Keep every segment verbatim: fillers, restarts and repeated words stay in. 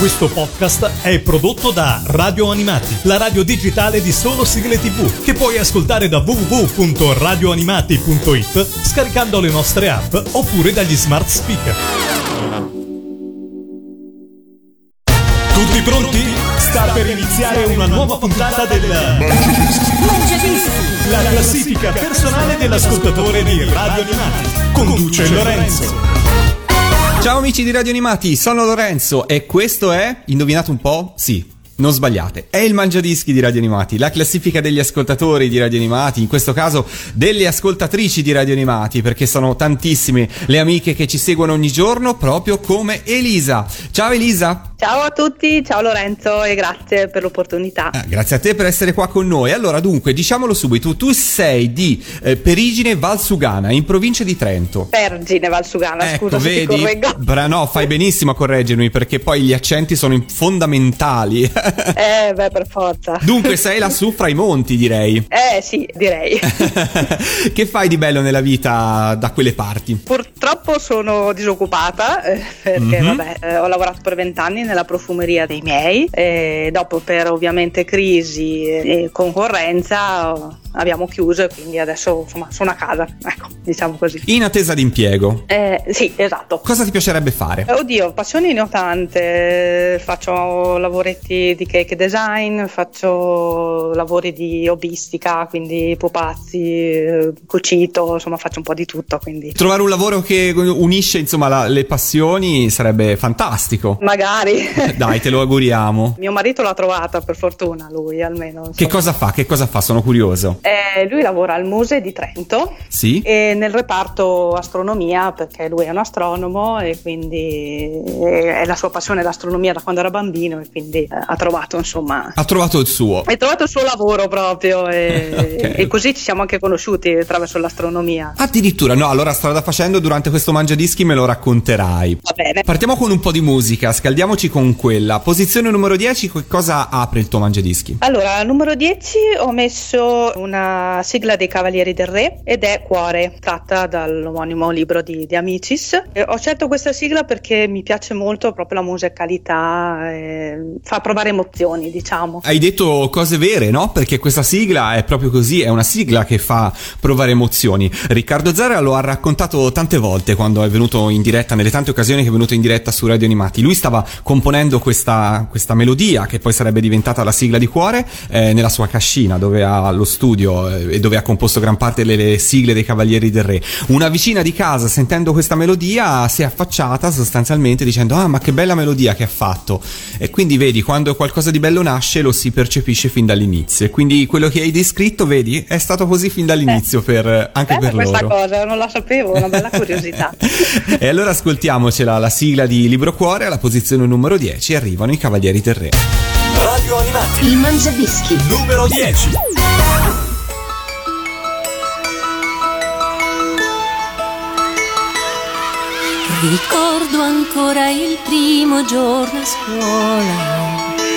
Questo podcast è prodotto da Radio Animati, la radio digitale di solo sigle tivù, che puoi ascoltare da w w w punto radio animati punto i t scaricando le nostre app oppure dagli smart speaker. Tutti pronti? Sta per iniziare una nuova puntata del Mangiadischi, la classifica personale dell'ascoltatore di Radio Animati. Conduce Lorenzo. Ciao amici di Radio Animati, sono Lorenzo e questo è, indovinate un po'? Sì, non sbagliate, è il Mangiadischi di Radio Animati, la classifica degli ascoltatori di Radio Animati, in questo caso delle ascoltatrici di Radio Animati, perché sono tantissime le amiche che ci seguono ogni giorno, proprio come Elisa. Ciao Elisa! Ciao a tutti, ciao Lorenzo e grazie per l'opportunità. Ah, grazie a te per essere qua con noi. Allora, dunque, diciamolo subito, tu sei di eh, Perigine Valsugana, in provincia di Trento. Pergine Valsugana, ecco, scusa vedi? se ti correggo. Bra- no, fai benissimo a correggermi, perché poi gli accenti sono fondamentali. Eh, beh, per forza. Dunque sei lassù fra i monti, direi. Eh, sì, direi. Che fai di bello nella vita da quelle parti? Purtroppo sono disoccupata, eh, perché mm-hmm. vabbè, eh, ho lavorato per vent'anni nella profumeria dei miei e dopo, per ovviamente crisi e concorrenza, abbiamo chiuso e quindi adesso insomma sono a casa, ecco, diciamo così. In attesa di impiego. Eh, sì, esatto. Cosa ti piacerebbe fare? Eh, oddio, passioni ne ho tante, faccio lavoretti di cake design, faccio lavori di hobbistica, quindi pupazzi, cucito, insomma faccio un po' di tutto, quindi. Trovare un lavoro che unisce insomma la, le passioni sarebbe fantastico. Magari. Dai, te lo auguriamo. Mio marito l'ha trovata, per fortuna, lui almeno. Insomma. Che cosa fa? Che cosa fa? Sono curioso. Eh, lui lavora al Museo di Trento. Sì. E nel reparto astronomia, perché lui è un astronomo e quindi è la sua passione l'astronomia da quando era bambino e quindi eh, ha trovato insomma. Ha trovato il suo. Ha trovato il suo lavoro proprio e, okay. e così ci siamo anche conosciuti attraverso l'astronomia. Addirittura, no, allora strada facendo durante questo Mangiadischi me lo racconterai. Va bene. Partiamo con un po' di musica, scaldiamoci con quella. Posizione numero dieci, che cosa apre il tuo Mangiadischi? Allora, al numero dieci ho messo una sigla dei Cavalieri del Re ed è Cuore, tratta dall'omonimo libro di, di Amicis. E ho scelto questa sigla perché mi piace molto proprio la musicalità, e fa provare emozioni, diciamo. Hai detto cose vere, no? Perché questa sigla è proprio così, è una sigla che fa provare emozioni. Riccardo Zara lo ha raccontato tante volte quando è venuto in diretta, nelle tante occasioni che è venuto in diretta su Radio Animati. Lui stava componendo questa, questa melodia che poi sarebbe diventata la sigla di Cuore eh, nella sua cascina dove ha lo studio eh, e dove ha composto gran parte delle sigle dei Cavalieri del Re. Una vicina di casa, sentendo questa melodia, si è affacciata sostanzialmente dicendo: ah, ma che bella melodia che ha fatto. E quindi vedi, quando qualcosa di bello nasce lo si percepisce fin dall'inizio, e quindi quello che hai descritto, vedi, è stato così fin dall'inizio eh. per anche Bella per questa loro. Questa cosa non la sapevo, una bella curiosità. E allora ascoltiamocela, la sigla di Libro Cuore. Alla posizione numero dieci arrivano i Cavalieri del Re. Radio Animati, il Mangiadischi numero dieci. Ricordo ancora il primo giorno a scuola,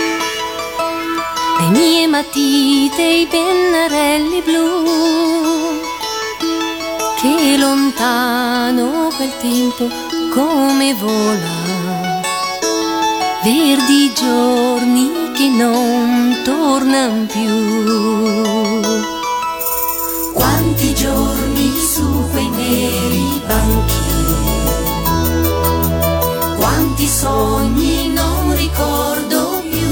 le mie matite e i pennarelli blu, che lontano quel tempo come vola, verdi giorni che non tornano più. Quanti giorni su quei neri banchi, quanti sogni non ricordo più,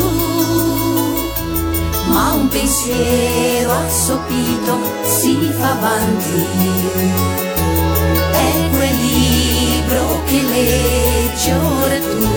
ma un pensiero assopito si fa avanti, è quel libro che leggi ora tu.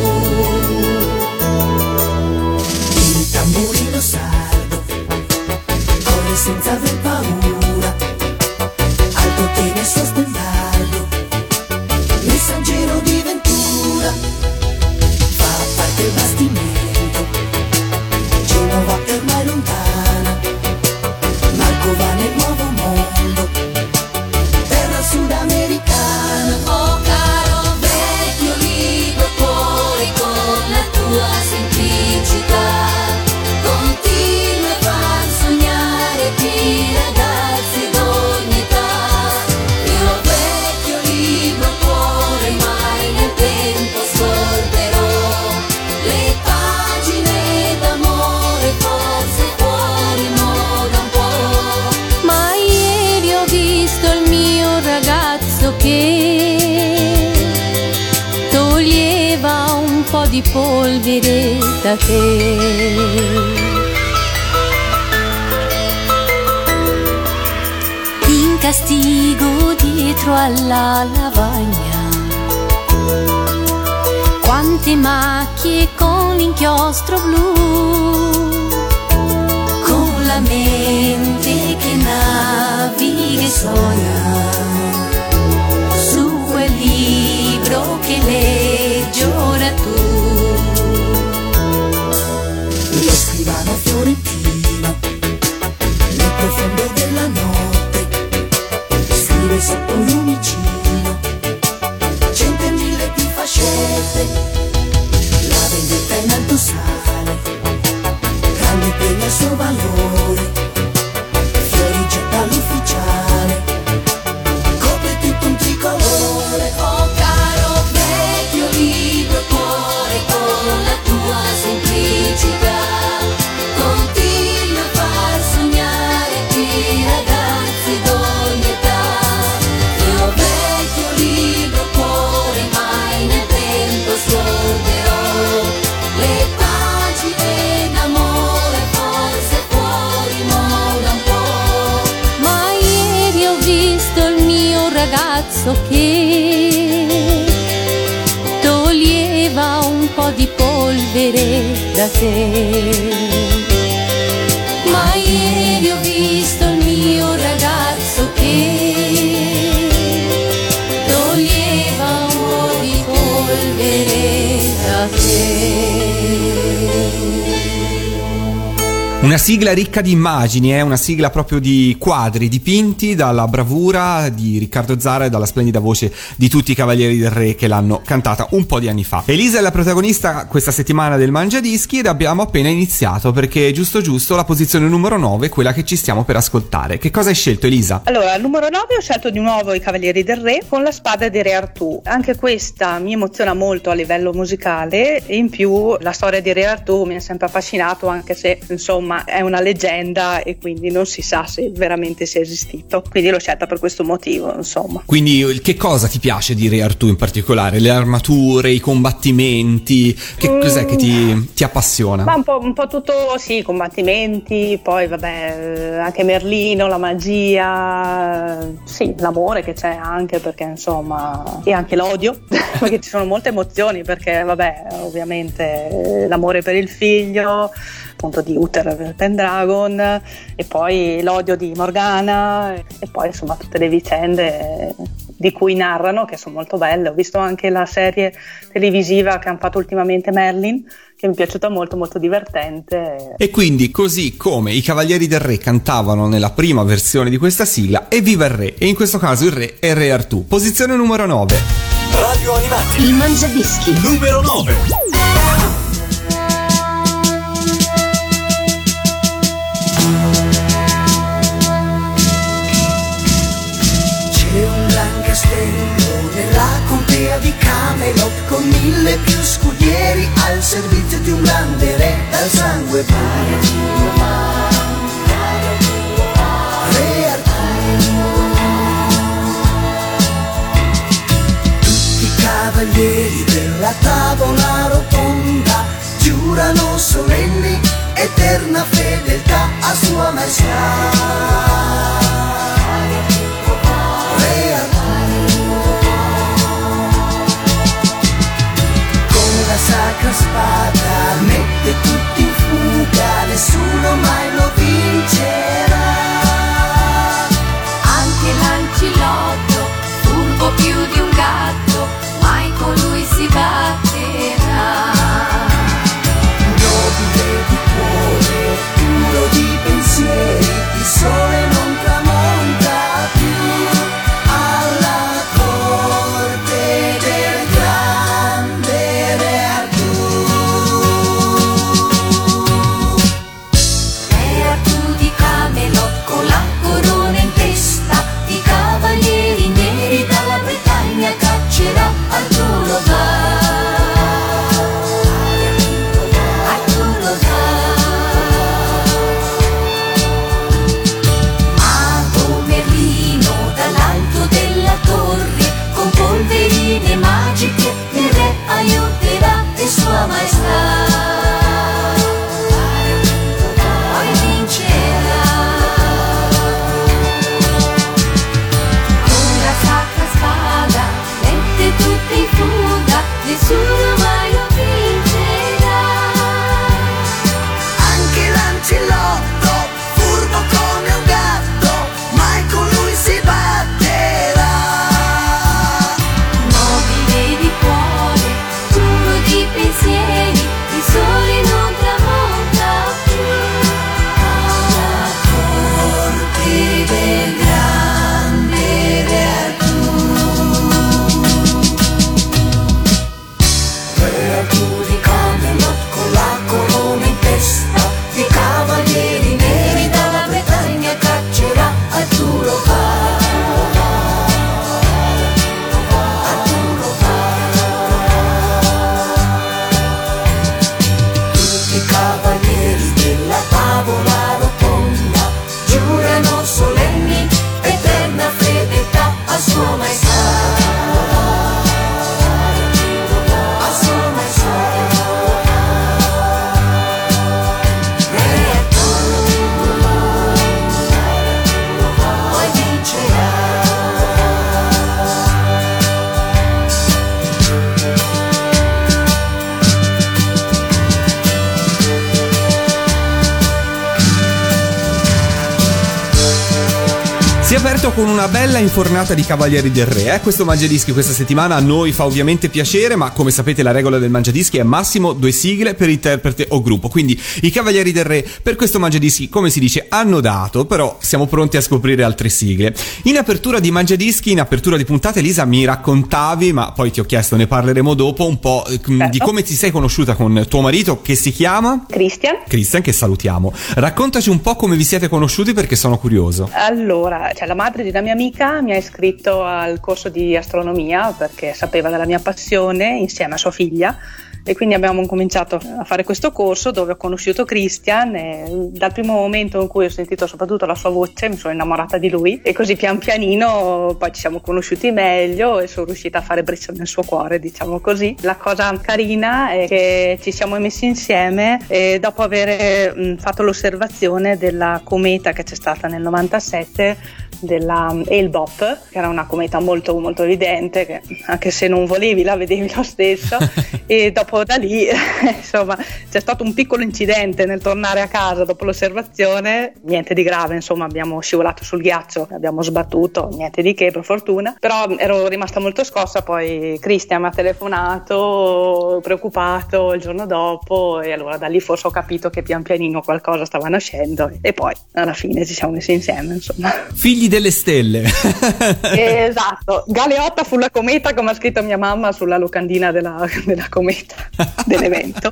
Il tamburino sardo corre senza aver paura, al potere suo stendardo, messaggero di ventura, fa parte il bastimento, Genova ormai lontana, Marco va nel nuovo mondo, terra sudamericana. Oh caro vecchio libro, cuore con di polvere da te. In castigo dietro alla lavagna, quante macchie con l'inchiostro blu, con la mente che naviga e sogna su quel libro che leggi ora tu. Lo scrivano fiorentino nel profondo della notte, scrive sotto un lumicino cento e mille più fascette. La vendetta in alto sale, grande premio al suo valore, fiori getta all'ufficiale, copre tutto un tricolore. Oh caro vecchio libro cuore, con la tua semplicità continua a far sognare i ragazzi d'ogni età. Mio vecchio libro cuore, mai nel tempo scorderò le pagine d'amore, forse fuori moda un po'. Ma ieri ho visto il mio ragazzo che toglieva un po' di polvere da te. Ma ieri ho visto il mio ragazzo che toglieva un po' di polvere da te. Una sigla ricca di immagini, è una sigla proprio di quadri dipinti dalla bravura di Riccardo Zara e dalla splendida voce di tutti i Cavalieri del Re che l'hanno cantata un po' di anni fa. Elisa è la protagonista questa settimana del Mangiadischi ed abbiamo appena iniziato, perché giusto giusto la posizione numero nove è quella che ci stiamo per ascoltare. Che cosa hai scelto, Elisa? Allora, al numero nove ho scelto di nuovo i Cavalieri del Re con la spada di Re Artù. Anche questa mi emoziona molto a livello musicale e in più la storia di Re Artù mi ha sempre affascinato, anche se insomma è una leggenda e quindi non si sa se veramente sia esistito, quindi l'ho scelta per questo motivo, insomma. Quindi che cosa ti piace di Re Artù in particolare? Le armature, i combattimenti, che mm. cos'è che ti, ti appassiona? Ma un po', un po' tutto, sì, i combattimenti, poi vabbè anche Merlino, la magia, sì, l'amore che c'è anche, perché insomma, e anche l'odio perché ci sono molte emozioni, perché vabbè ovviamente l'amore per il figlio appunto di Uther Pendragon, e poi l'odio di Morgana, e poi insomma tutte le vicende di cui narrano, che sono molto belle. Ho visto anche la serie televisiva che hanno fatto ultimamente, Merlin, che mi è piaciuta molto, molto divertente. E quindi, così come i Cavalieri del Re cantavano nella prima versione di questa sigla, evviva il re, e in questo caso il re è Re Artù. Posizione numero nove. Radio Animati, Il Mangiadischi numero nove. Nella contea di Camelot, con mille più scudieri al servizio di un grande re dal sangue puro. Re Artù. Tutti i cavalieri della tavola rotonda giurano solenni eterna fedeltà a sua maestà. Sacra spada mette tutti in fuga, nessuno mai lo vincerà. Anche l'ancilotto, furbo più di un gatto, mai con lui si batterà. Nobile di cuore, puro di pensieri, il sole non tramonta più alla corte del grande Re Artù. Riaperto con una bella infornata di Cavalieri del Re. Eh? Questo Mangiadischi questa settimana a noi fa ovviamente piacere, ma come sapete la regola del Mangiadischi è massimo due sigle per interprete o gruppo. Quindi i Cavalieri del Re per questo Mangiadischi, come si dice, hanno dato, però siamo pronti a scoprire altre sigle. In apertura di Mangiadischi, in apertura di puntate, Elisa, mi raccontavi, ma poi ti ho chiesto, ne parleremo dopo, un po' certo. di come ti sei conosciuta con tuo marito, che si chiama? Christian. Christian, che salutiamo. Raccontaci un po' come vi siete conosciuti, perché sono curioso. Allora, cioè, la madre di una mia amica mi ha iscritto al corso di astronomia perché sapeva della mia passione insieme a sua figlia, e quindi abbiamo cominciato a fare questo corso dove ho conosciuto Christian, e dal primo momento in cui ho sentito soprattutto la sua voce mi sono innamorata di lui, e così pian pianino poi ci siamo conosciuti meglio e sono riuscita a fare breccia nel suo cuore, diciamo così. La cosa carina è che ci siamo messi insieme e dopo aver mh, fatto l'osservazione della cometa che c'è stata nel novantasette, della Hale-Bopp, che era una cometa molto molto evidente, che anche se non volevi la vedevi lo stesso. E dopo da lì insomma c'è stato un piccolo incidente nel tornare a casa dopo l'osservazione, niente di grave, insomma abbiamo scivolato sul ghiaccio, abbiamo sbattuto, niente di che per fortuna, però ero rimasta molto scossa. Poi Christian mi ha telefonato preoccupato il giorno dopo, e allora da lì forse ho capito che pian pianino qualcosa stava nascendo, e poi alla fine ci siamo messi insieme, insomma. Figli delle stelle. Esatto, Galeotta fu la cometa, come ha scritto mia mamma sulla locandina della, della cometa dell'evento.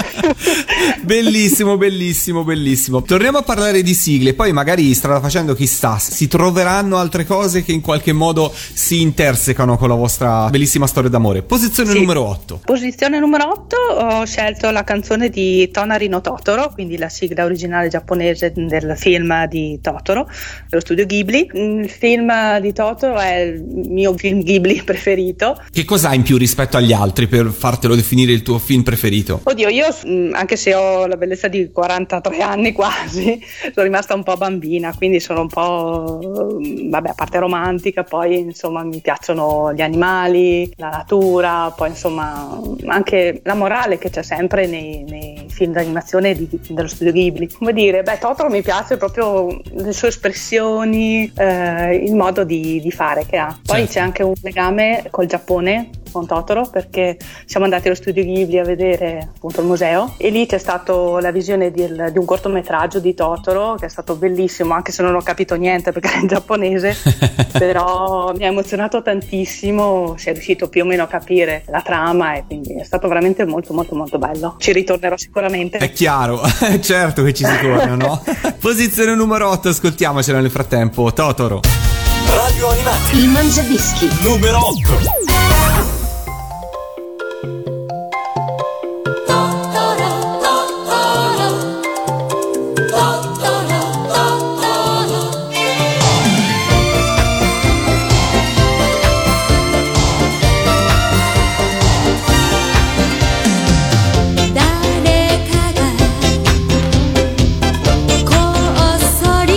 Bellissimo, bellissimo, bellissimo. Torniamo a parlare di sigle, poi magari strada facendo, chissà, si troveranno altre cose che in qualche modo si intersecano con la vostra bellissima storia d'amore. Posizione sì. numero otto. Posizione numero otto, ho scelto la canzone di Tonari no Totoro, quindi la sigla originale giapponese del film di Totoro, dello studio Ghibli. Il film di Totoro è il mio film Ghibli preferito. Che cos'ha in più rispetto agli altri per fartelo definire il tuo film preferito? Oddio, io anche se ho la bellezza di quarantatré anni quasi, sono rimasta un po' bambina, quindi sono un po', vabbè, a parte romantica, poi insomma mi piacciono gli animali, la natura, poi insomma anche la morale che c'è sempre nei, nei film d'animazione di, dello studio Ghibli. Come dire, beh, Totoro mi piace proprio le sue espressioni, eh, il modo di, di fare che ha. Poi certo. C'è anche un legame col Giappone con Totoro, perché siamo andati allo studio Ghibli a vedere appunto il museo, e lì c'è stato la visione di, di un cortometraggio di Totoro che è stato bellissimo, anche se non ho capito niente perché era in giapponese però mi ha emozionato tantissimo, si è riuscito più o meno a capire la trama, e quindi è stato veramente molto molto molto bello. Ci ritornerò sicuramente. È chiaro, certo che ci si torna, no? Posizione numero otto, ascoltiamocela nel frattempo. Totoro. Radio Animati. Il Mangiadischi numero otto.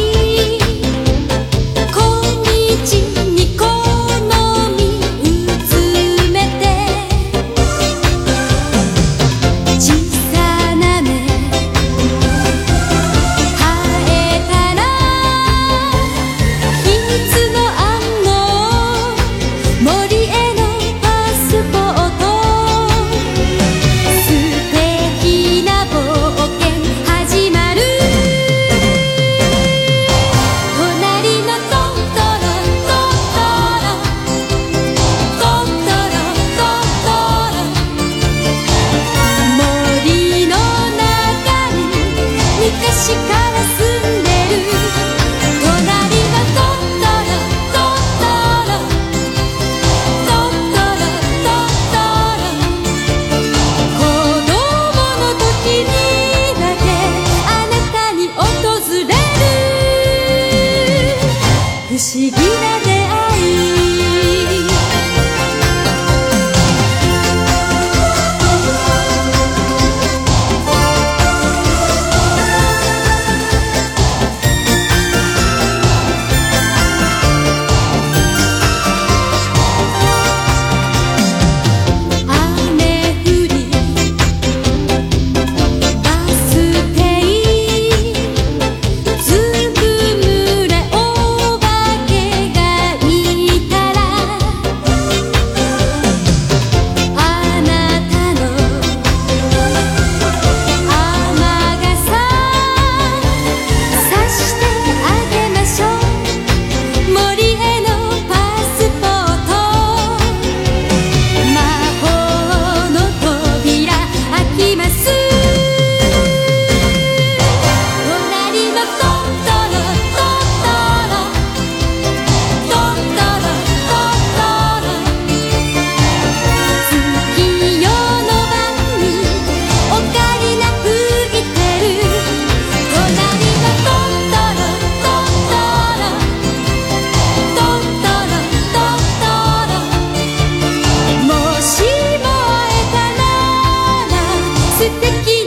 「こ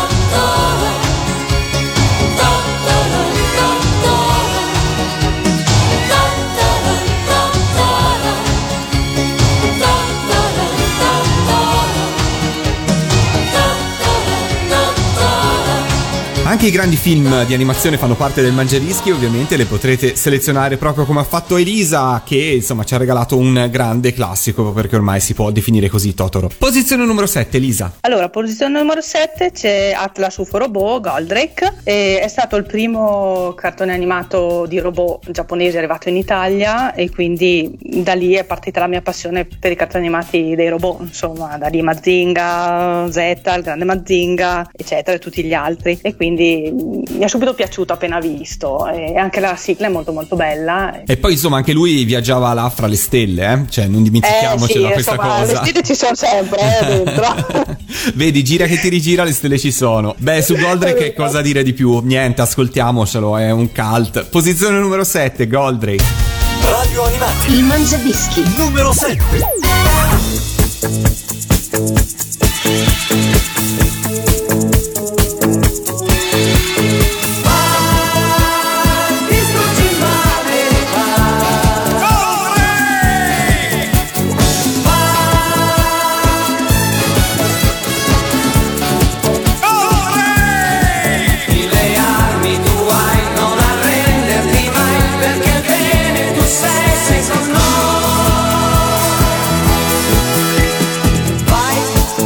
Anche i grandi film di animazione fanno parte del Mangiadischi, ovviamente le potrete selezionare proprio come ha fatto Elisa, che insomma ci ha regalato un grande classico, perché ormai si può definire così Totoro. Posizione numero sette, Elisa. Allora, posizione numero sette c'è Atlas U F O Robot Goldrake, e è stato il primo cartone animato di robot giapponese arrivato in Italia, e quindi da lì è partita la mia passione per i cartoni animati dei robot, insomma, da lì Mazinga, Zeta, il grande Mazinga, eccetera, e tutti gli altri, e quindi mi è subito piaciuto appena visto, e anche la sigla è molto molto bella. E poi insomma anche lui viaggiava là fra le stelle, eh? Cioè non dimentichiamocela, eh, sì, questa insomma, cosa. Le stelle ci sono sempre eh, dentro. Vedi, gira che ti rigira, le stelle ci sono. Beh, su Goldrake che cosa dire di più? Niente, ascoltiamocelo, è un cult. Posizione numero sette, Goldrake. Radio Animati. Il Mangiadischi Numero sette. Vai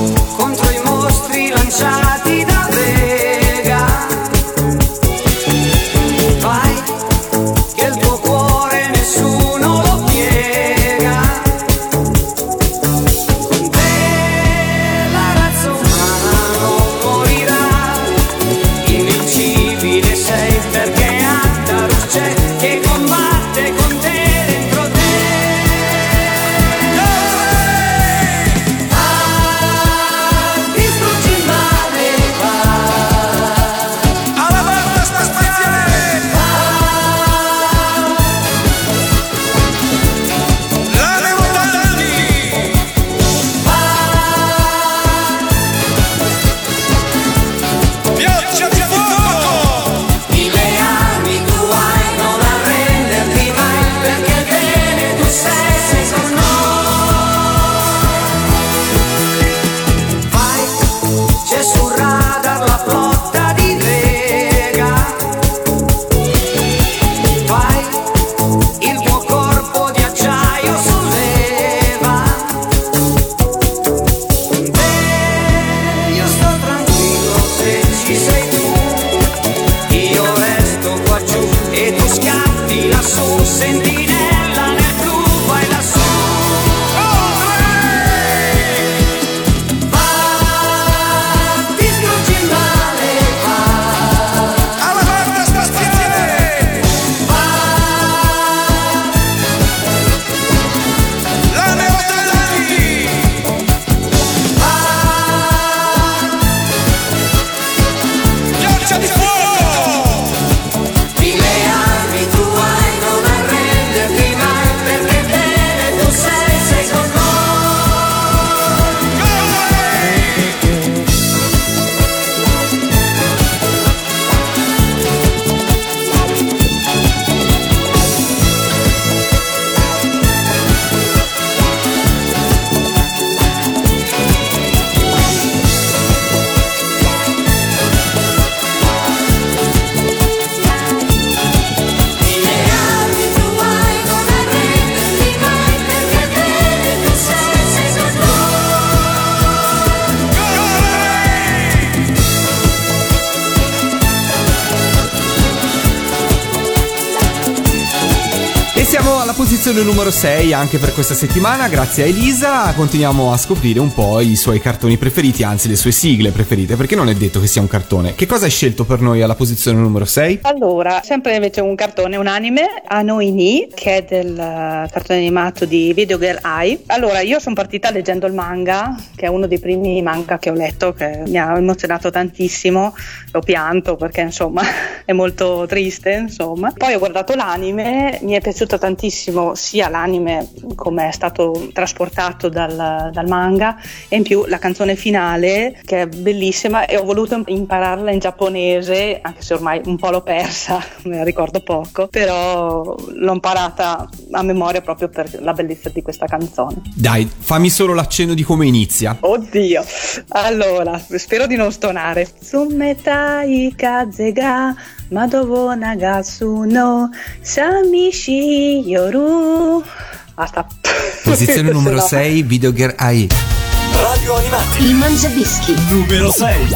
Siamo alla posizione numero sei anche per questa settimana, grazie a Elisa. Continuiamo a scoprire un po' i suoi cartoni preferiti, anzi le sue sigle preferite, perché non è detto che sia un cartone. Che cosa hai scelto per noi alla posizione numero sei? Allora, sempre invece un cartone, un anime, Anoi Ni, che è del uh, cartone animato di Video Girl Ai. Allora, io sono partita leggendo il manga, che è uno dei primi manga che ho letto, che mi ha emozionato tantissimo, ho pianto perché insomma è molto triste, insomma. Poi ho guardato l'anime, mi è piaciuto tantissimo sia l'anime come è stato trasportato dal, dal manga, e in più la canzone finale che è bellissima, e ho voluto impararla in giapponese, anche se ormai un po' l'ho persa, me la ricordo poco, però l'ho imparata a memoria proprio per la bellezza di questa canzone. Dai, fammi solo l'accenno di come inizia. Oddio, allora spero di non stonare. Tsumetai kaze ga madowo nagasu no samishi yoru. Basta. Posizione numero sei, Video Girl Ai. Radio Animati. Il Mangiadischi. Numero sei.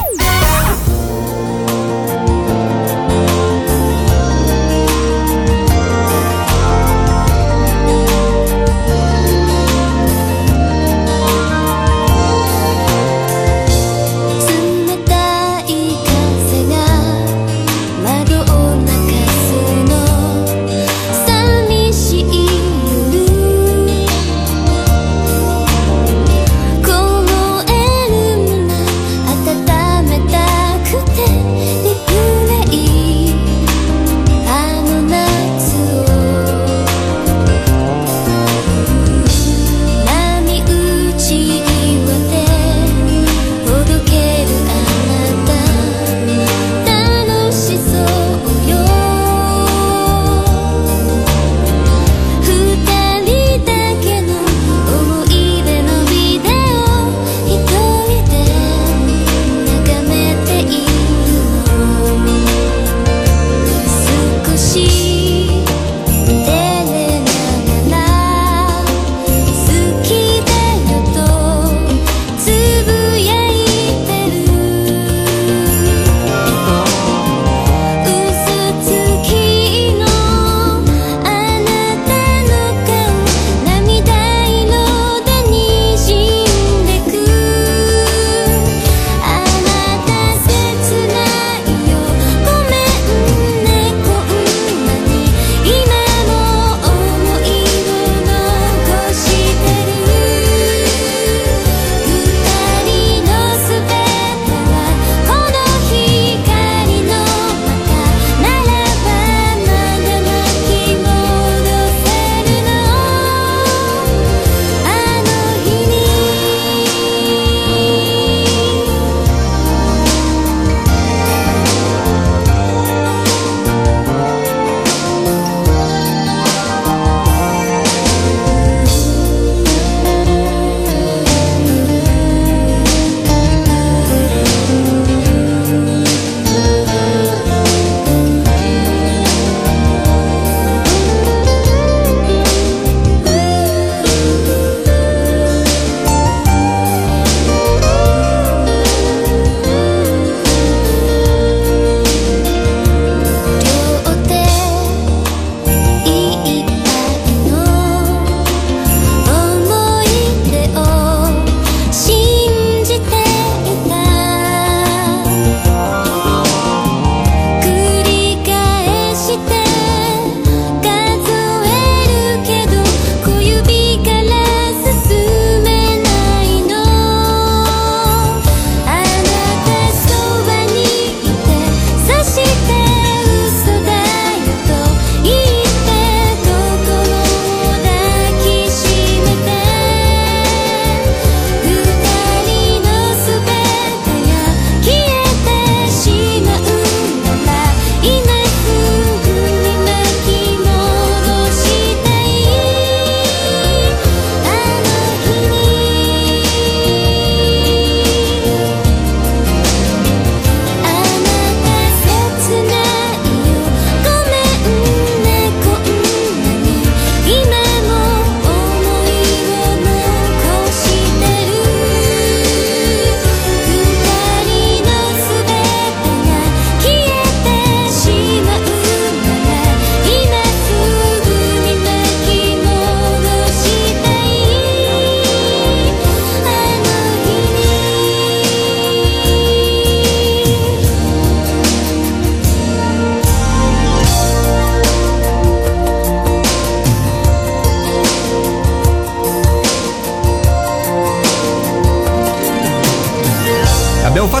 凍える胸温め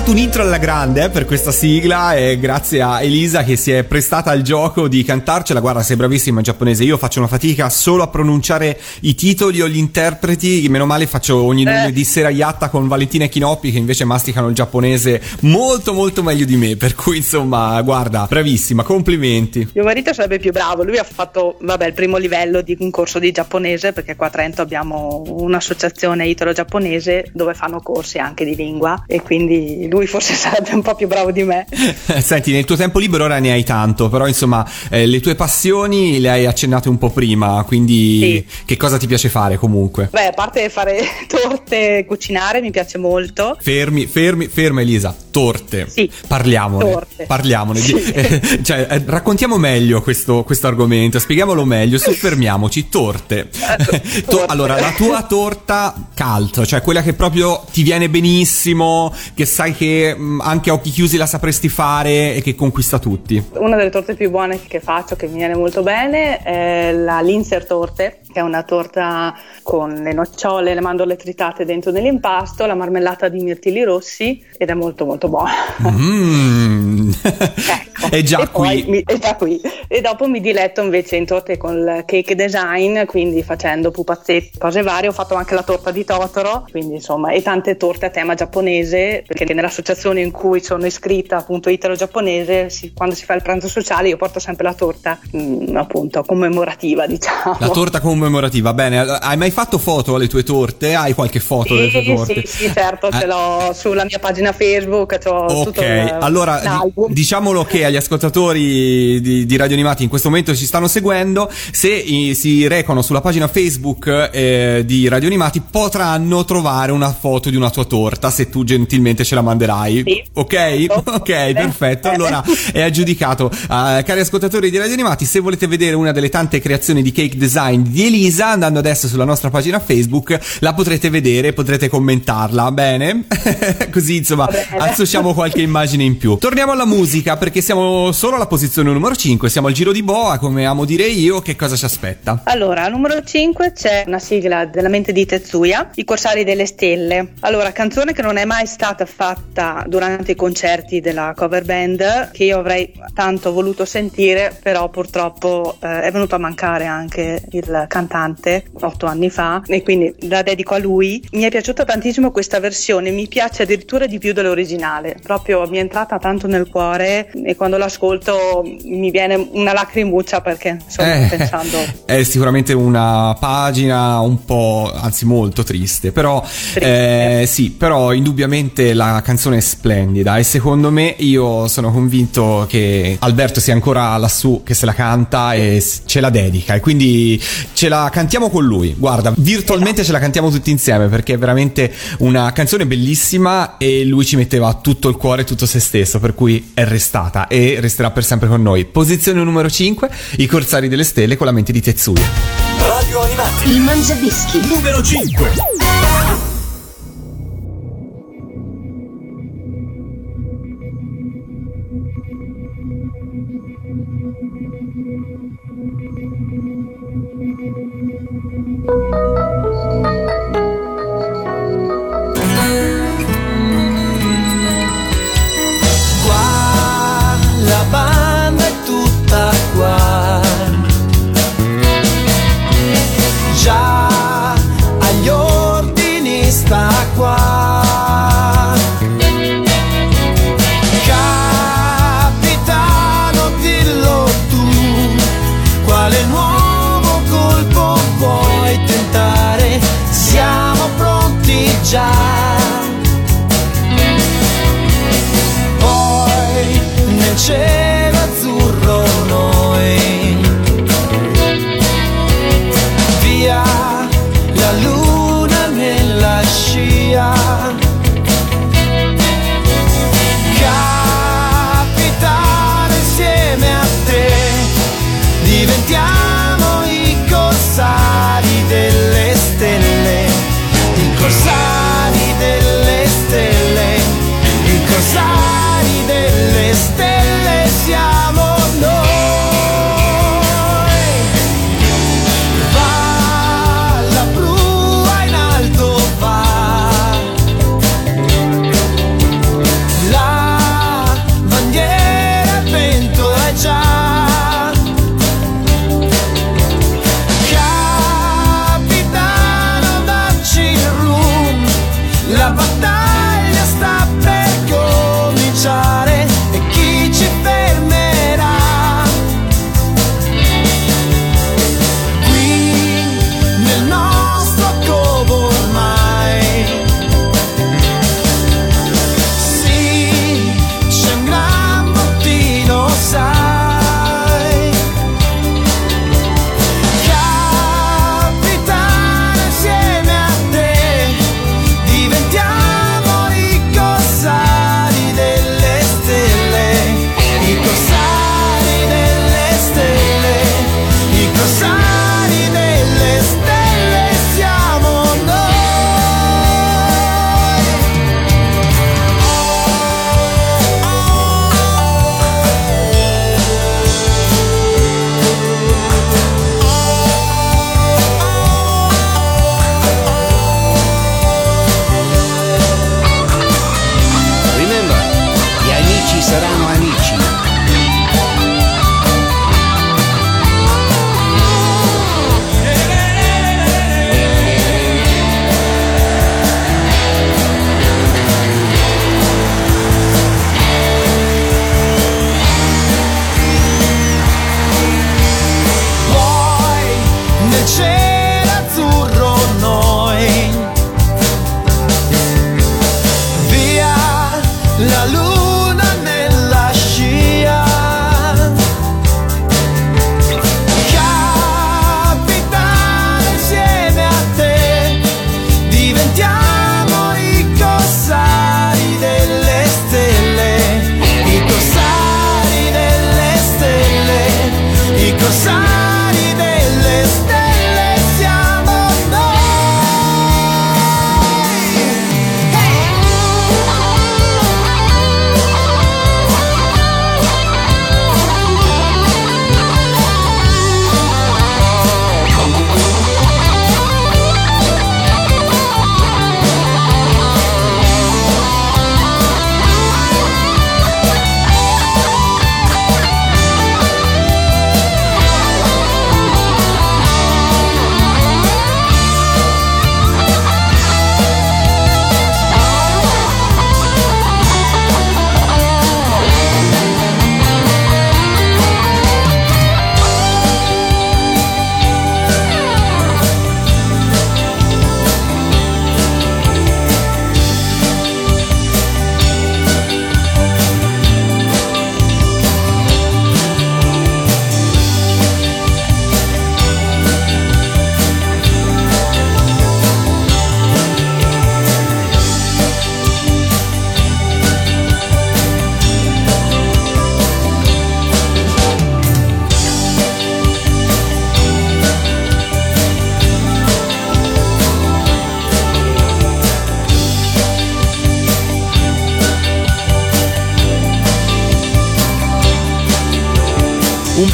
fatto un intro alla grande eh, per questa sigla, e grazie a Elisa che si è prestata al gioco di cantarcela. Guarda, sei bravissima in giapponese, io faccio una fatica solo a pronunciare i titoli o gli interpreti, meno male faccio ogni nome Eh. di Sera Yatta con Valentina e Chinoppi che invece masticano il giapponese molto molto meglio di me, per cui insomma guarda, bravissima, complimenti. Mio marito sarebbe più bravo, lui ha fatto vabbè il primo livello di un corso di giapponese, perché qua a Trento abbiamo un'associazione italo-giapponese dove fanno corsi anche di lingua, e quindi lui forse sarebbe un po' più bravo di me. Senti, nel tuo tempo libero ora ne hai tanto, però insomma eh, le tue passioni le hai accennate un po' prima, quindi Sì. che cosa ti piace fare comunque? Beh, a parte fare torte, cucinare mi piace molto. Fermi, fermi, ferma Elisa, torte. Sì. Parliamone. Torte. Parliamone. Sì. Di- eh, cioè, eh, raccontiamo meglio questo, questo argomento, spieghiamolo meglio, soffermiamoci. Torte. To- Torte. allora, la tua torta cult, cioè quella che proprio ti viene benissimo, che sai che mh, anche a occhi chiusi la sapresti fare e che conquista tutti. Una delle torte più buone che faccio, che mi viene molto bene, è la Linzer torte, che è una torta con le nocciole e le mandorle tritate dentro nell'impasto, la marmellata di mirtilli rossi, ed è molto molto buona. Mm. Ecco. È già E poi qui. mi- è già qui. E dopo mi diletto invece in torte con il cake design, quindi facendo pupazzetti, cose varie. Ho fatto anche la torta di Totoro, quindi insomma, e tante torte a tema giapponese, perché nell'associazione in cui sono iscritta, appunto italo-giapponese, si- quando si fa il pranzo sociale io porto sempre la torta mm, appunto commemorativa, diciamo. La torta commemorativa, bene. Hai mai fatto foto alle tue torte? Hai qualche foto delle tue Sì, torte? sì, sì, certo, Eh. ce l'ho sulla mia pagina Facebook, c'ho tutto Ok, il- allora di- l'album. diciamolo che agli ascoltatori di, di Radio Animati in questo momento ci stanno seguendo, se i- si recano sulla pagina Facebook eh, di Radio Animati potranno trovare una foto di una tua torta, se tu gentilmente ce la manderai. Sì. Ok? Certo. Ok, Eh, perfetto. eh. Allora è aggiudicato. Uh, cari ascoltatori di Radio Animati, se volete vedere una delle tante creazioni di cake design di Elisa, andando adesso sulla nostra pagina Facebook, la potrete vedere, potrete commentarla, bene? Così insomma Va bene. associamo qualche immagine in più. Torniamo alla musica, perché siamo solo alla posizione numero cinque, siamo al giro di boa, come amo dire io. Che cosa ci aspetta? Allora, al numero cinque c'è una sigla della mente di Tetsuya, I Corsari delle Stelle. Allora, canzone che non è mai stata fatta durante i concerti della cover band, che io avrei tanto voluto sentire, però purtroppo eh, è venuto a mancare anche il cantante otto anni fa, e quindi la dedico a lui. Mi è piaciuta tantissimo questa versione, mi piace addirittura di più dell'originale, proprio mi è entrata tanto nel cuore, e quando l'ascolto mi viene una lacrimuccia, perché sto Eh, pensando è sicuramente una pagina un po', anzi molto triste, però eh, sì, però indubbiamente la canzone è splendida, e secondo me, io sono convinto che Alberto sia ancora lassù che se la canta e s- ce la dedica, e quindi ce la cantiamo con lui. Guarda, virtualmente ce la cantiamo tutti insieme, perché è veramente una canzone bellissima e lui ci metteva tutto il cuore, tutto se stesso, per cui è restata e resterà per sempre con noi. Posizione numero cinque, I Corsari delle Stelle con la mente di Tetsuya. Radio Animati. Il Mangiadischi. Numero cinque. Qua la banda è tutta qua, già agli ordini sta qua. Capitano, dillo tu, quale nuovo colpo puoi tentare? Siamo pronti già. Poi nel cielo azzurro noi, via la luna nella scia. Capitano, insieme a te diventiamo i corsari delle stelle, i corsari delle stelle, i corsari delle stelle siamo noi. Va la prua in alto, va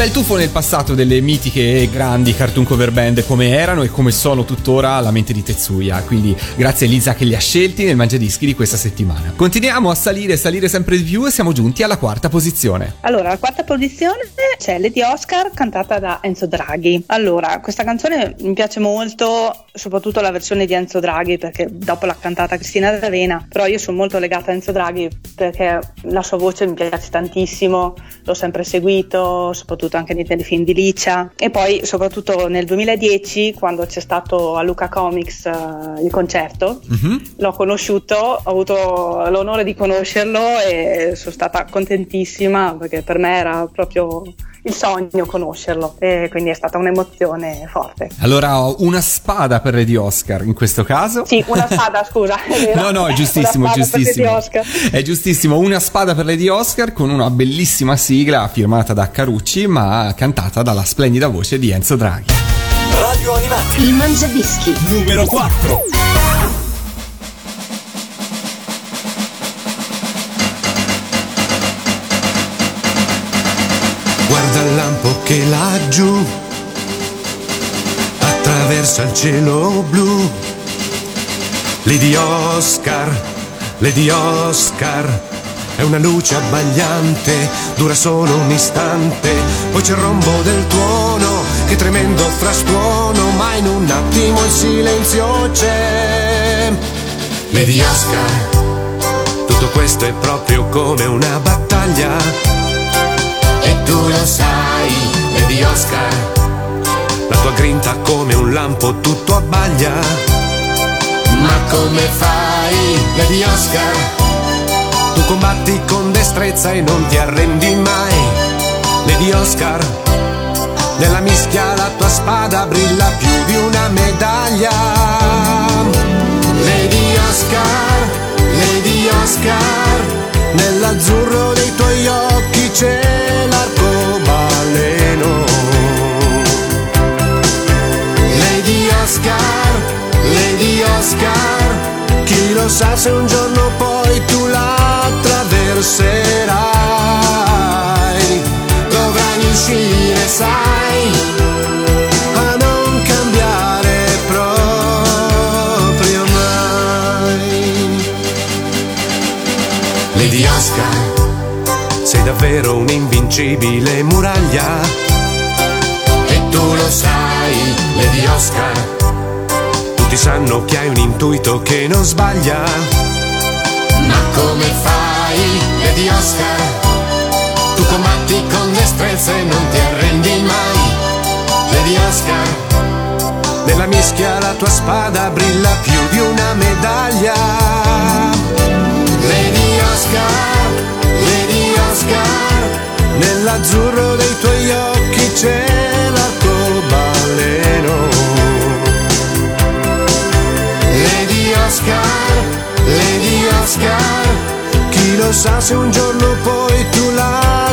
il tuffo nel passato delle mitiche e grandi cartoon cover band come erano e come sono tuttora la mente di Tetsuya, quindi grazie a Elisa che li ha scelti nel Mangiadischi di questa settimana. Continuiamo a salire, salire sempre di più e siamo giunti alla quarta posizione. Allora, alla quarta posizione c'è Lady Oscar cantata da Enzo Draghi. Allora, questa canzone mi piace molto, soprattutto la versione di Enzo Draghi, perché dopo l'ha cantata Cristina D'Avena, però io sono molto legata a Enzo Draghi perché la sua voce mi piace tantissimo, l'ho sempre seguito, soprattutto anche nei telefilm di Licia, e poi soprattutto nel duemiladieci quando c'è stato a Luca Comics uh, il concerto, mm-hmm. l'ho conosciuto, ho avuto l'onore di conoscerlo e sono stata contentissima perché per me era proprio il sogno conoscerlo, e quindi è stata un'emozione forte. Allora, una spada per Lady Oscar in questo caso? Sì, una spada, scusa. No, no, è giustissimo, giustissimo. È giustissimo, una spada per Lady Oscar con una bellissima sigla firmata da Carucci ma cantata dalla splendida voce di Enzo Draghi. Radio Animati. Il Mangiadischi numero quattro. Guarda il lampo che laggiù attraversa il cielo blu. Lady Oscar, Lady Oscar, è una luce abbagliante, dura solo un istante, poi c'è il rombo del tuono, che tremendo frastuono, ma in un attimo il silenzio c'è. Lady Oscar, tutto questo è proprio come una battaglia. E tu lo sai, Lady Oscar, la tua grinta come un lampo tutto abbaglia. Ma come fai, Lady Oscar? Tu combatti con destrezza e non ti arrendi mai. Lady Oscar, nella mischia la tua spada brilla più di una medaglia. Lady Oscar, Lady Oscar, nell'azzurro dei tuoi occhi c'è l'arcobaleno. Lady Oscar, Lady Oscar, chi lo sa se un giorno poi tu la attraverserai. Dovrai riuscire, sai, a non cambiare proprio mai. Lady Oscar, sei davvero un'invincibile muraglia. E tu lo sai, Lady Oscar, tutti sanno che hai un intuito che non sbaglia. Ma come fai, Lady Oscar? Tu combatti con destrezza e non ti arrendi mai. Lady Oscar, nella mischia la tua spada brilla più di una medaglia. Lady Oscar, Lady Oscar, nell'azzurro dei tuoi occhi c'è l'arcobaleno. Lady Oscar, Lady Oscar, chi lo sa se un giorno poi tu la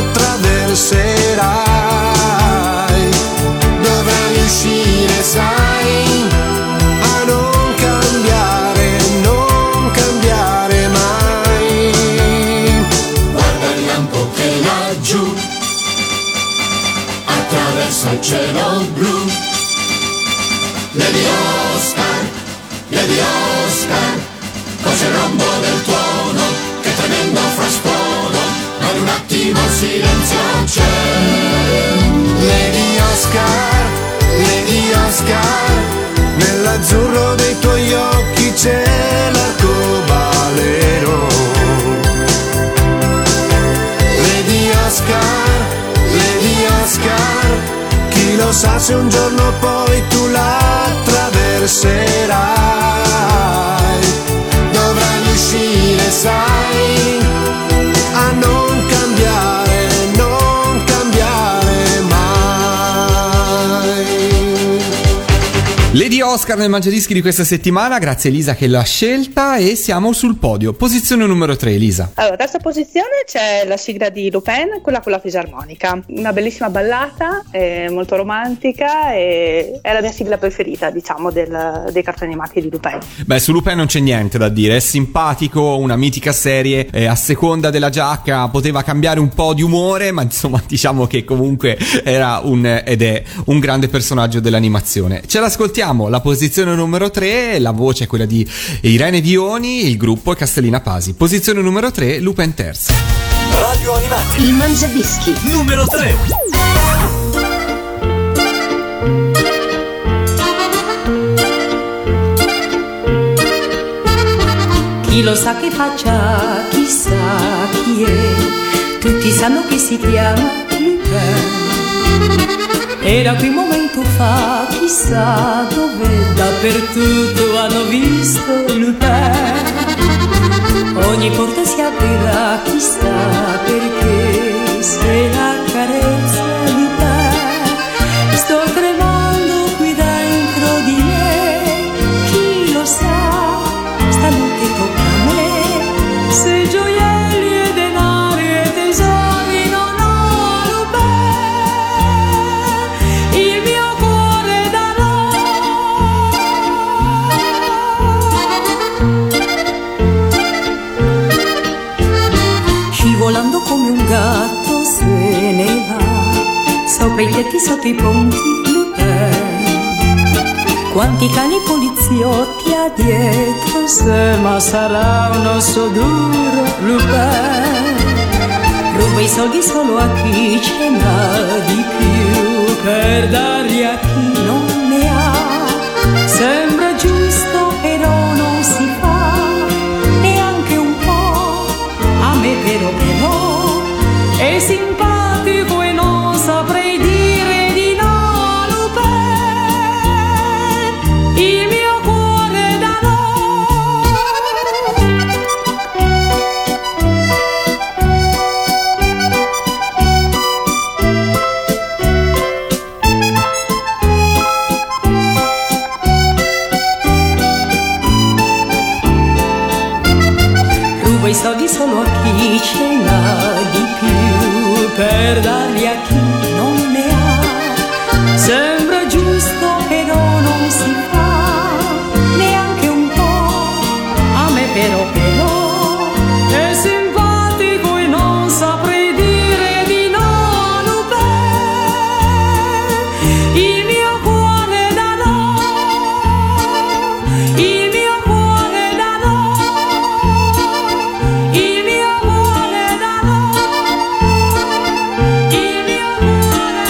attraverserai. Dovrai riuscire, sai, a non cambiare, non cambiare mai. Guarda il lampo che laggiù attraversa il cielo blu. Lady Oscar, Lady Oscar, poi c'è il rombo del tuono, che tremendo frastuono, ma in un attimo il silenzio c'è. Lady Oscar, Lady Oscar, nell'azzurro dei tuoi occhi c'è l'arcobaleno. Lady Oscar, Lady Oscar, chi lo sa se un giorno poi tu la attraverserai. Dovrai riuscire, sai, a non cambiare, non cambiare mai. Lady Lady Oscar nel Mangiadischi di questa settimana, grazie Elisa che l'ha scelta, e siamo sul podio. Posizione numero tre, Elisa. Allora, terza posizione c'è la sigla di Lupin, quella con la fisarmonica. Una bellissima ballata, eh, molto romantica, e è la mia sigla preferita, diciamo, del, dei cartoni animati di Lupin. Beh, su Lupin non c'è niente da dire, è simpatico, una mitica serie, eh, a seconda della giacca poteva cambiare un po' di umore, ma insomma diciamo che comunque era un ed è un grande personaggio dell'animazione. Ce l'ascoltiamo, la posizione numero tre, la voce è quella di Irene Vioni, il gruppo è Castellina Pasi. Posizione numero tre, Lupin terzo. Radio Animati. Il Mangiadischi Numero tre. Chi lo sa che faccia, chissà chi è, tutti sanno che si chiama Lupin. E da quel momento fa, chissà dove, dappertutto hanno visto Lupin. Ogni porta si aprirà, chissà perché, se la carezza Lupin. Sto tremando qui dentro di me, chi lo sa, stanotte tocca a me, se gioielli e denari e tesori non ho Lupin, il mio cuore darò. Scivolando come un gatto se ne va, sopra i tetti, sotto i ponti, Lupin. Quanti cani poliziotti ha dietro sé, ma sarà un osso duro, Lupin. Ruba i soldi solo a chi ce n'ha di più, per darli a chi non ne ha. Sembra giusto, però non si fa, neanche un po'. A me però però è simpatico e non saprei dire di no, Lupin, il mio cuore darò. Ruba i soldi solo a chi ce n'ha di più, per darli a chi non ne ha. Sembra giusto, però non si fa, neanche un po'. A me però però è simpatico e non saprei dire di no, Lupin, il mio cuore darò, il mio cuore darò, il mio cuore darò, il mio cuore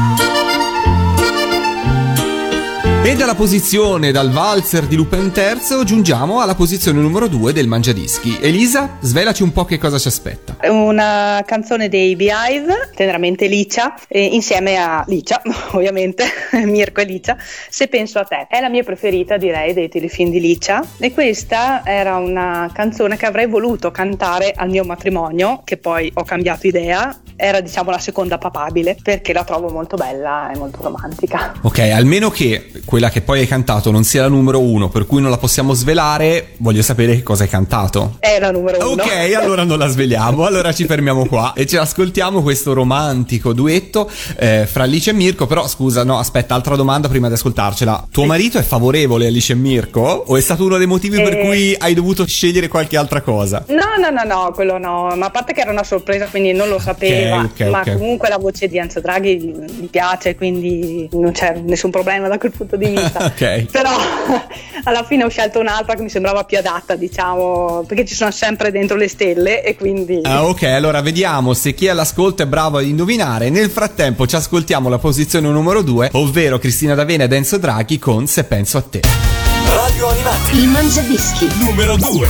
darò. E dalla posizione, dal valzer di Lupin terzo, giungiamo alla posizione numero due del Mangiadischi. Elisa, svelaci un po' che cosa ci aspetta. È una canzone dei Beehive, teneramente Licia, e insieme a Licia, ovviamente, Mirko e Licia, Se penso a te. È la mia preferita, direi, dei telefilm di Licia, e questa era una canzone che avrei voluto cantare al mio matrimonio, che poi ho cambiato idea. Era, diciamo, la seconda papabile, perché la trovo molto bella e molto romantica. Ok, almeno che quella che poi hai cantato non sia la numero uno, per cui non la possiamo svelare, voglio sapere che cosa hai cantato. È la numero uno. Ok, allora non la sveliamo, allora ci fermiamo qua e ci ascoltiamo questo romantico duetto eh, fra Alice e Mirko. Però scusa, no, aspetta, altra domanda prima di ascoltarcela. Tuo marito è favorevole a Alice e Mirko? O è stato uno dei motivi eh... per cui hai dovuto scegliere qualche altra cosa? No, no, no, no, quello no, ma a parte che era una sorpresa, quindi non lo sapeva. Okay, okay, ma okay. Comunque la voce di Enzo Draghi mi piace, quindi non c'è nessun problema da quel punto di vista. Ok. Però alla fine ho scelto un'altra che mi sembrava più adatta, diciamo, perché ci sono sempre dentro le stelle, e quindi ah, ok, allora vediamo se chi è all'ascolto è bravo ad indovinare. Nel frattempo ci ascoltiamo la posizione numero due, ovvero Cristina D'Avena ed Enzo Draghi con Se penso a te. Radio Animati. Il Mangiadischi numero due.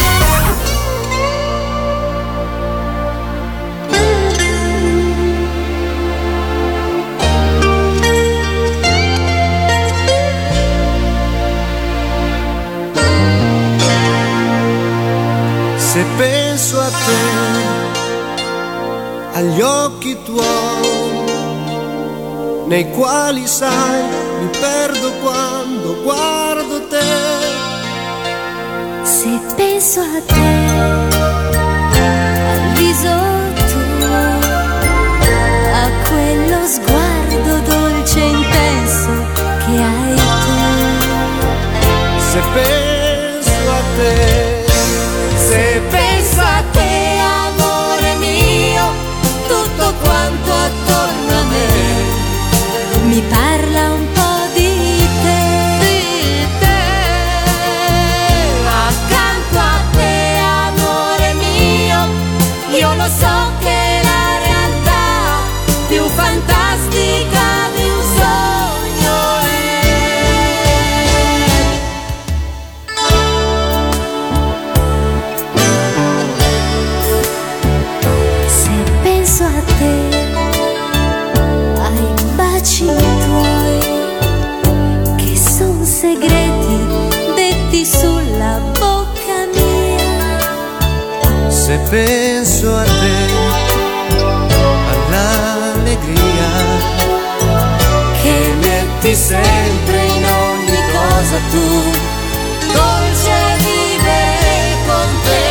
Se penso a te, agli occhi tuoi, nei quali sai mi perdo quando guardo te. Se penso a te, al viso tuo, a quello sguardo dolce e intenso che hai tu. Se penso a te, Se penso a te, amore mio, tutto quanto attorno a me mi parla un po' di te, di te. Accanto a te, amore mio, io lo so che la realtà più fantastica di un sogno è. Se penso a te, ai baci tuoi che son segreti detti sulla bocca mia. se penso a te, all'allegria Che metti sempre in ogni cosa tu, dolce vivere con te.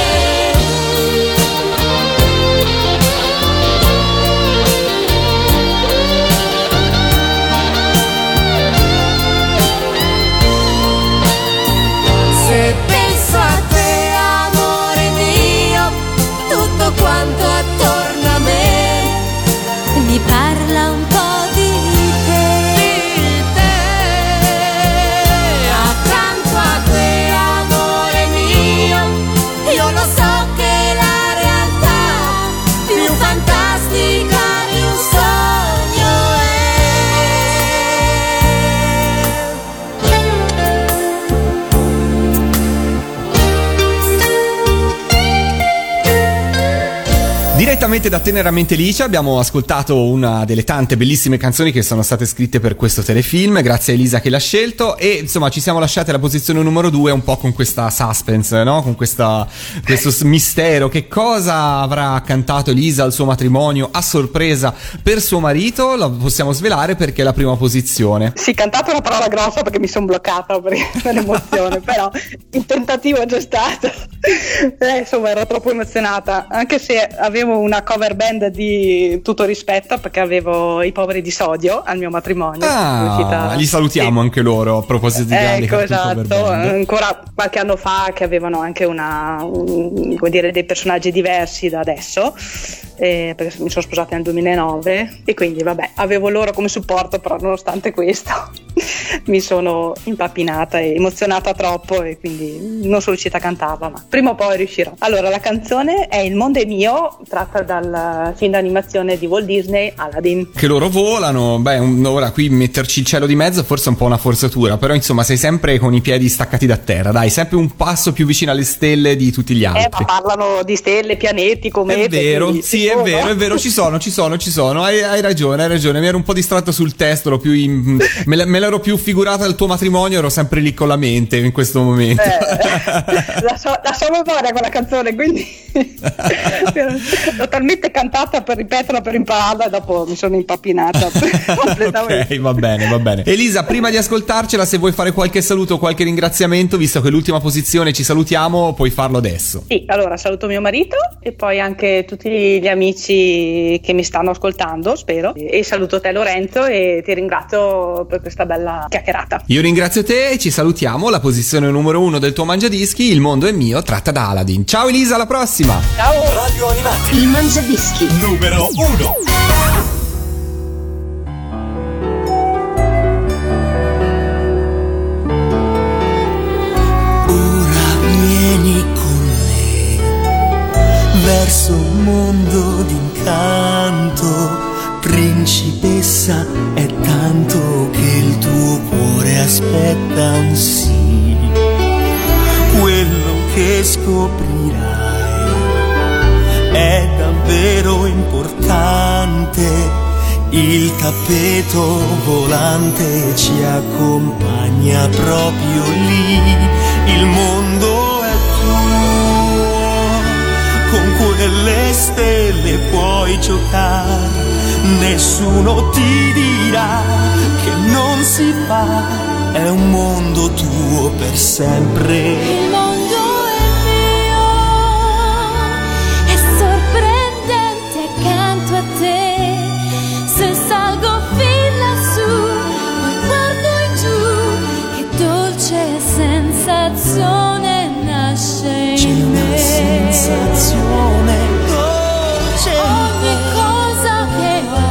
Se penso a te, amore mio, tutto quanto attorno a me mi parla un po' di te, di te. Accanto a te, amore mio, io lo so che la realtà più fantastica di un sogno Direttamente da Teneramente Licia abbiamo ascoltato una delle tante bellissime canzoni che sono state scritte per questo telefilm, grazie a Elisa che l'ha scelto, e insomma ci siamo lasciati alla posizione numero due un po' con questa suspense, no? Con questa, questo s- mistero. Che cosa avrà cantato Elisa al suo matrimonio a sorpresa per suo marito? La possiamo svelare perché è la prima posizione. Sì, cantato è una parola grossa perché mi sono bloccata per, per l'emozione, però il tentativo è già stato. Eh, insomma, ero troppo emozionata, anche se avevo una cover band di tutto rispetto, perché avevo i Poveri di Sodio al mio matrimonio. Ah, Uscita... li salutiamo sì. anche loro a proposito di grandi Ecco, cover esatto, band. ancora qualche anno fa, che avevano anche una, un, come dire, dei personaggi diversi da adesso, eh, perché mi sono sposata nel duemilanove e quindi vabbè, avevo loro come supporto, però nonostante questo mi sono impappinata e emozionata troppo e quindi non sono riuscita a cantarla, ma prima o poi riuscirò. Allora, la canzone è Il mondo è mio, tratta dal film d'animazione di Walt Disney, Aladdin. Che loro volano, beh, un- ora qui metterci il cielo di mezzo forse è un po' una forzatura, però insomma sei sempre con i piedi staccati da terra, dai, sempre un passo più vicino alle stelle di tutti gli Eh, altri. ma parlano di stelle, pianeti, comete. È vero, quindi sì, ci è sono. vero, è vero, ci sono, ci sono, ci sono, hai, hai ragione, hai ragione, mi ero un po' distratto sul testo, ero più in- me, l- me l'ero più figurata al tuo matrimonio, ero sempre lì con la mente in questo momento. Eh, la, so, la so a memoria quella canzone, quindi l'ho talmente cantata per ripeterla, per impararla, e dopo mi sono impappinata completamente. Ok, va bene, va bene. Elisa, prima di ascoltarcela, se vuoi fare qualche saluto o qualche ringraziamento, visto che è l'ultima posizione ci salutiamo, puoi farlo adesso. Sì, allora saluto mio marito e poi anche tutti gli amici che mi stanno ascoltando, spero, e saluto te Lorenzo e ti ringrazio per questa bella chiacchierata. Io ringrazio te e ci salutiamo. La posizione numero uno del tuo Mangiadischi, Il mondo è mio, tratta da Aladdin. Ciao Elisa, alla prossima! Ciao! Radio Animati. Il Mangiadischi Numero uno. Ora vieni con me verso un mondo d'incanto, principessa, è tanto che il tuo cuore aspetta un sì. Quello che scoprirai è davvero importante. Il tappeto volante ci accompagna proprio lì. Il mondo è tuo, con quelle stelle puoi giocare. Nessuno ti dirà che non sei si fa. È un mondo tuo per sempre. Il mondo è mio, è sorprendente accanto a te. Se salgo fin lassù, poi guardo in giù, che dolce sensazione nasce C'è in una me. sensazione dolce. Ogni cosa che ho,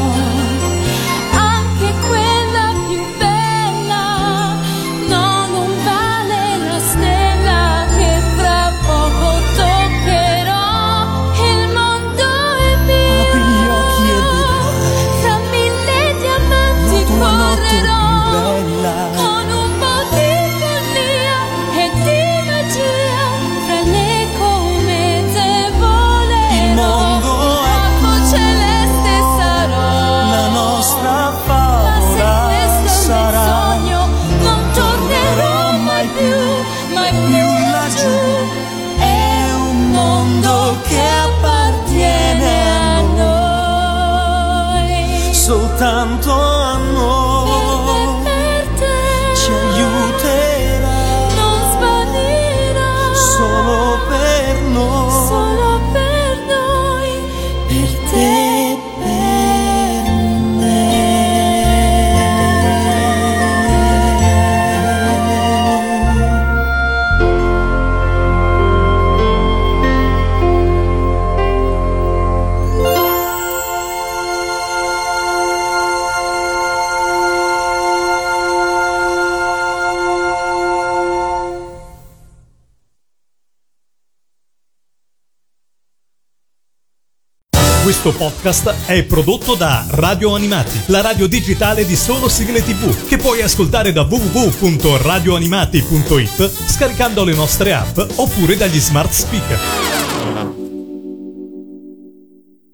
anche quella più bella, no, non vale la stella che fra poco toccherò. Il mondo è mio, Apri gli occhi e vedrai fra mille diamanti la tua notte correrò, più bella. con un po' di follia e di magia, fra le comete volerò. Il mondo è Quapo celeste sarò, la nostra ma se favola questo è un sarà. sogno, non tornerò mai più, mai più laggiù. È un mondo che appartiene a noi, Soltanto a noi per te ci aiuterà. non svanirà, Solo per noi, solo per noi, per te e per me. Questo podcast è prodotto da Radio Animati, la radio digitale di solo sigle tivù, che puoi ascoltare da w w w punto radio animati punto it scaricando le nostre app oppure dagli smart speaker.